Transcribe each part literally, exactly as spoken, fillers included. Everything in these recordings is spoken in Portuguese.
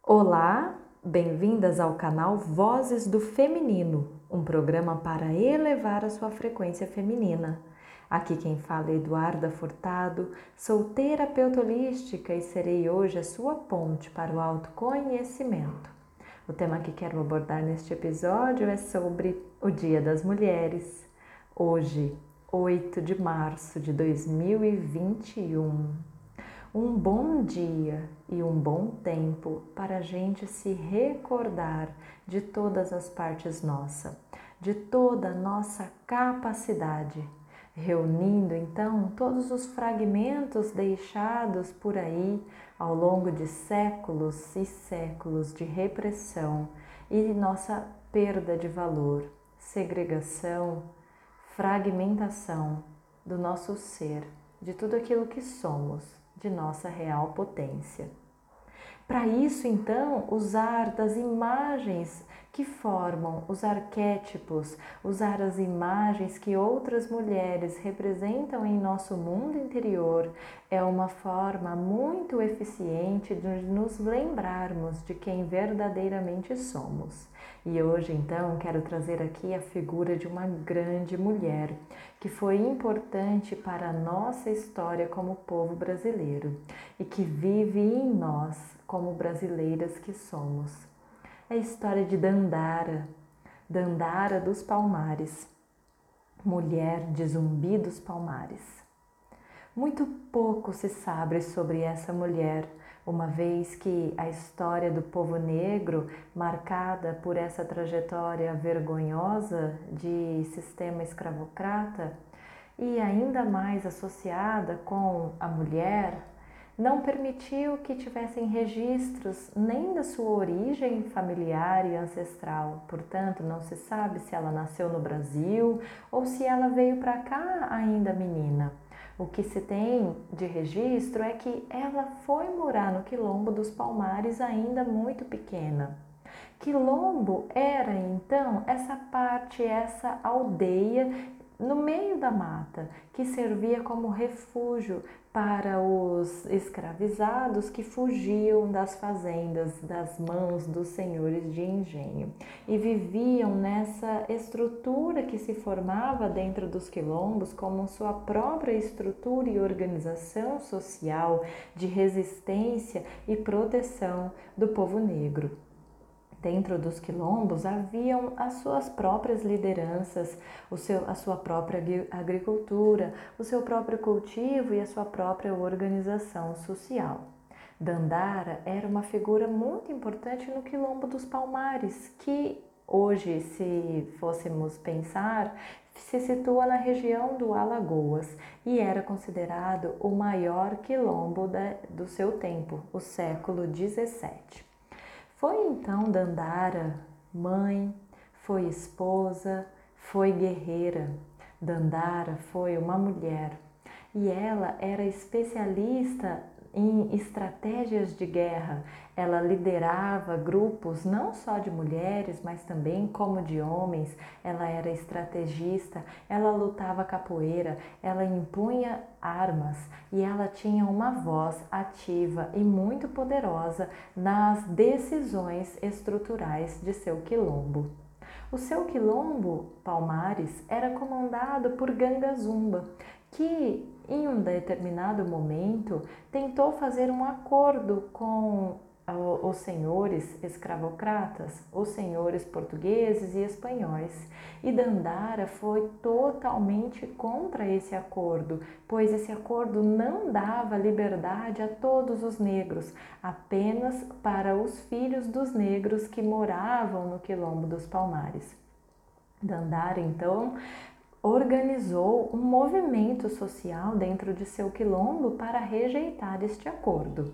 Olá, bem-vindas ao canal Vozes do Feminino, um programa para elevar a sua frequência feminina. Aqui quem fala é Eduarda Furtado, sou terapeuta holística e serei hoje a sua ponte para o autoconhecimento. O tema que quero abordar neste episódio é sobre o Dia das Mulheres. Hoje, oito de março de dois mil e vinte e um. Um bom dia e um bom tempo para a gente se recordar de todas as partes nossas, de toda a nossa capacidade, reunindo então todos os fragmentos deixados por aí ao longo de séculos e séculos de repressão e nossa perda de valor, segregação, fragmentação do nosso ser, de tudo aquilo que somos, de nossa real potência. Para isso, então, usar das imagens que formam os arquétipos, usar as imagens que outras mulheres representam em nosso mundo interior é uma forma muito eficiente de nos lembrarmos de quem verdadeiramente somos. E hoje, então, quero trazer aqui a figura de uma grande mulher que foi importante para a nossa história como povo brasileiro e que vive em nós como brasileiras que somos. É a história de Dandara, Dandara dos Palmares, mulher de Zumbi dos Palmares. Muito pouco se sabe sobre essa mulher, uma vez que a história do povo negro, marcada por essa trajetória vergonhosa de sistema escravocrata e ainda mais associada com a mulher, não permitiu que tivessem registros nem da sua origem familiar e ancestral. Portanto, não se sabe se ela nasceu no Brasil ou se ela veio para cá ainda menina. O que se tem de registro é que ela foi morar no Quilombo dos Palmares ainda muito pequena. Quilombo era então essa parte, essa aldeia no meio da mata, que servia como refúgio para os escravizados que fugiam das fazendas, das mãos dos senhores de engenho e viviam nessa estrutura que se formava dentro dos quilombos como sua própria estrutura e organização social de resistência e proteção do povo negro. Dentro dos quilombos haviam as suas próprias lideranças, o seu, a sua própria agricultura, o seu próprio cultivo e a sua própria organização social. Dandara era uma figura muito importante no Quilombo dos Palmares, que hoje, se fôssemos pensar, se situa na região do Alagoas e era considerado o maior quilombo da, do seu tempo, o século dezessete. Foi então Dandara mãe, foi esposa, foi guerreira. Dandara foi uma mulher e ela era especialista em estratégias de guerra. Ela liderava grupos não só de mulheres, mas também como de homens. Ela era estrategista, ela lutava capoeira, ela impunha armas e ela tinha uma voz ativa e muito poderosa nas decisões estruturais de seu quilombo. O seu quilombo, Palmares, era comandado por Ganga Zumba, que em um determinado momento tentou fazer um acordo com os senhores escravocratas, os senhores portugueses e espanhóis. E Dandara foi totalmente contra esse acordo, pois esse acordo não dava liberdade a todos os negros, apenas para os filhos dos negros que moravam no Quilombo dos Palmares. Dandara, então, organizou um movimento social dentro de seu quilombo para rejeitar este acordo.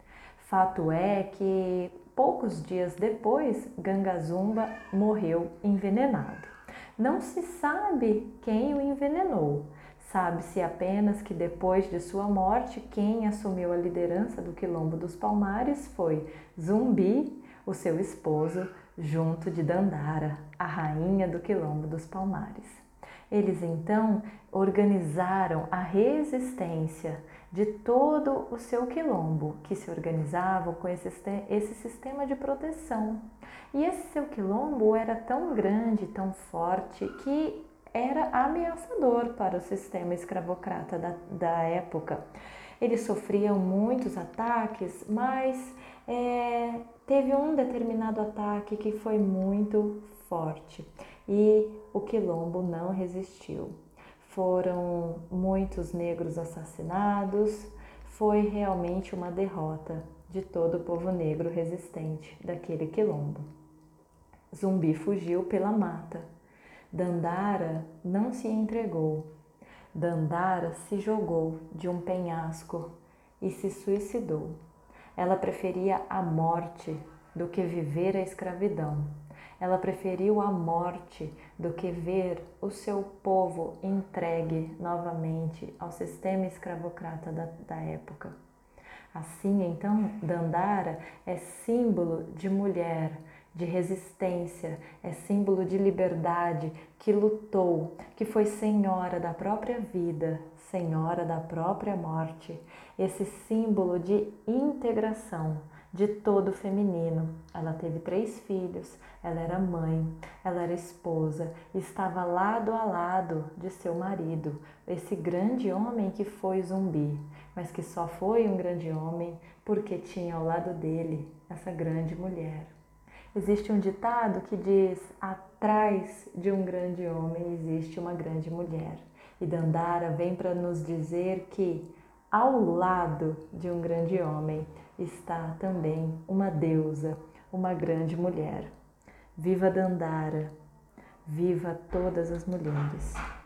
Fato é que poucos dias depois, Ganga Zumba morreu envenenado. Não se sabe quem o envenenou. Sabe-se apenas que depois de sua morte, quem assumiu a liderança do Quilombo dos Palmares foi Zumbi, o seu esposo, junto de Dandara, a rainha do Quilombo dos Palmares. Eles então organizaram a resistência de todo o seu quilombo, que se organizavam com esse, esse sistema de proteção. E esse seu quilombo era tão grande, tão forte, que era ameaçador para o sistema escravocrata da, da época. Eles sofriam muitos ataques, mas é, teve um determinado ataque que foi muito forte e o quilombo não resistiu. Foram muitos negros assassinados, foi realmente uma derrota de todo o povo negro resistente daquele quilombo. Zumbi fugiu pela mata. Dandara não se entregou. Dandara se jogou de um penhasco e se suicidou. Ela preferia a morte do que viver a escravidão. Ela preferiu a morte do que ver o seu povo entregue novamente ao sistema escravocrata da, da época. Assim, então, Dandara é símbolo de mulher, de resistência, é símbolo de liberdade, que lutou, que foi senhora da própria vida, senhora da própria morte, esse símbolo de integração de todo o feminino. Ela teve três filhos, ela era mãe, ela era esposa, estava lado a lado de seu marido, esse grande homem que foi Zumbi, mas que só foi um grande homem porque tinha ao lado dele essa grande mulher. Existe um ditado que diz: atrás de um grande homem existe uma grande mulher. E Dandara vem para nos dizer que ao lado de um grande homem está também uma deusa, uma grande mulher. Viva Dandara! Viva todas as mulheres!